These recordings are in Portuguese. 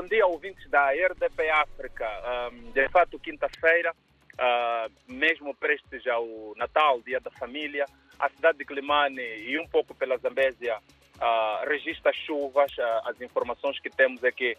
Bom dia, ouvintes da RDP África. De fato, quinta-feira, mesmo prestes ao Natal, Dia da Família, a cidade de Climane e um pouco pela Zambésia registra chuvas. As informações que temos é que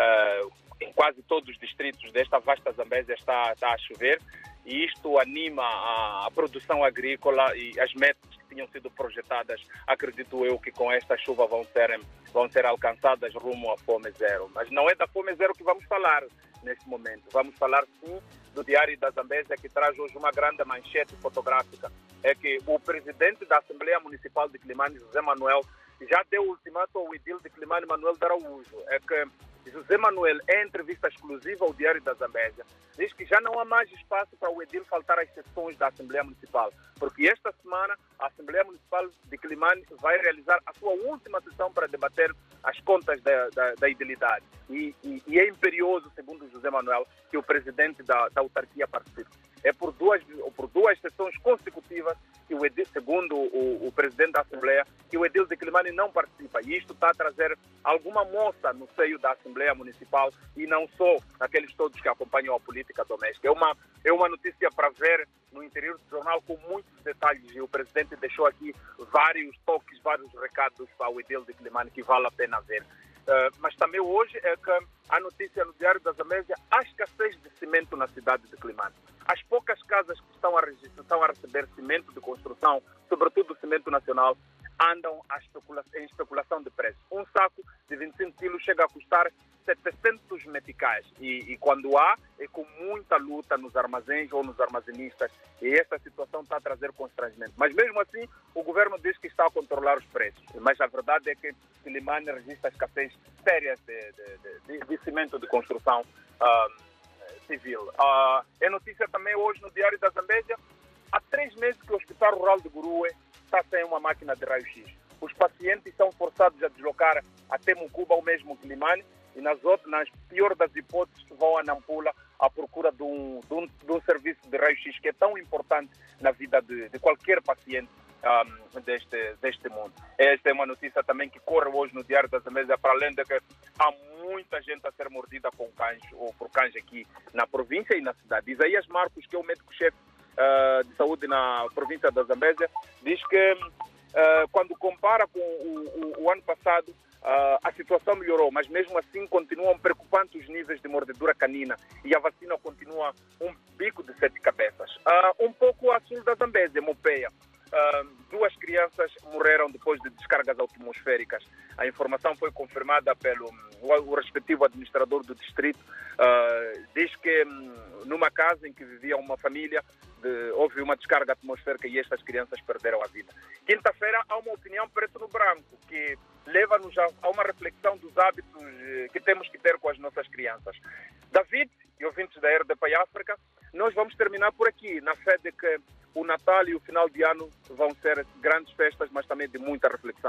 em quase todos os distritos desta vasta Zambésia está a chover, e isto anima a produção agrícola e as metas que tinham sido projetadas, acredito eu que com esta chuva vão ser alcançadas rumo à fome zero. Mas não é da fome zero que vamos falar neste momento. Vamos falar sim do Diário da Zambésia, que traz hoje uma grande manchete fotográfica. É que o presidente da Assembleia Municipal de Climane, José Manuel, já deu ultimato ao edil de Climane, Manuel de Araújo. É que José Manuel, em entrevista exclusiva ao Diário da Zambésia, diz que já não há mais espaço para o edil faltar às sessões da Assembleia Municipal, porque esta semana a Assembleia Municipal de Climane vai realizar a sua última sessão para debater as contas da edilidade. E é imperioso, segundo José Manuel, que o presidente da autarquia participe. É por duas sessões consecutivas que o edil, segundo o presidente da Assembleia, que o edil de Climane não participa. E isto está a trazer alguma moça no seio da Assembleia Municipal, e não só aqueles todos que acompanham a política doméstica. É uma notícia para ver no interior do jornal com muitos detalhes, e o presidente deixou aqui vários toques, vários recados para o edil de Climane que vale a pena ver. Mas também hoje é que a notícia no Diário da Zambésia, a escassez de cimento na cidade de Climane. As poucas casas que estão a receber cimento de construção, sobretudo cimento nacional, andam em especulação de preço. Um saco de 25 quilos chega a custar 700 meticais. E quando há, é com muita luta nos armazéns ou nos armazenistas. E esta situação está a trazer constrangimento. Mas mesmo assim, o governo diz que está a controlar os preços. Mas a verdade é que Climane registra escassez séria de cimento de construção civil. É notícia também hoje no Diário da Zambésia. Há 3 meses que o Hospital Rural de Gurue está sem uma máquina de raio-x. Os pacientes são forçados a deslocar até Mucuba ou mesmo Climane, e nas pior das hipóteses vão a Nampula à procura de um serviço de raio-x que é tão importante na vida de qualquer paciente deste mundo. Esta é uma notícia também que corre hoje no Diário da Zambésia, para além de que há muita gente a ser mordida com cães ou por cães aqui na província e na cidade. Isaías Marcos, que é o médico-chefe de saúde na província da Zambésia, diz que quando compara com o ano passado, a situação melhorou, mas mesmo assim continuam preocupantes os níveis de mordedura canina, e a vacina continua um bico de 7 cabeças. Um pouco a sul da Zambésia, Mopeia. 2 crianças morreram depois de descargas atmosféricas. A informação foi confirmada pelo o respectivo administrador do distrito. Diz que numa casa em que vivia uma família, houve uma descarga atmosférica e estas crianças perderam a vida. Quinta-feira há uma opinião preto no branco que leva-nos a uma reflexão dos hábitos que temos que ter com as nossas crianças. David e ouvintes da RDP África, nós vamos terminar por aqui, na fé de que o Natal e o final de ano vão ser grandes festas, mas também de muita reflexão.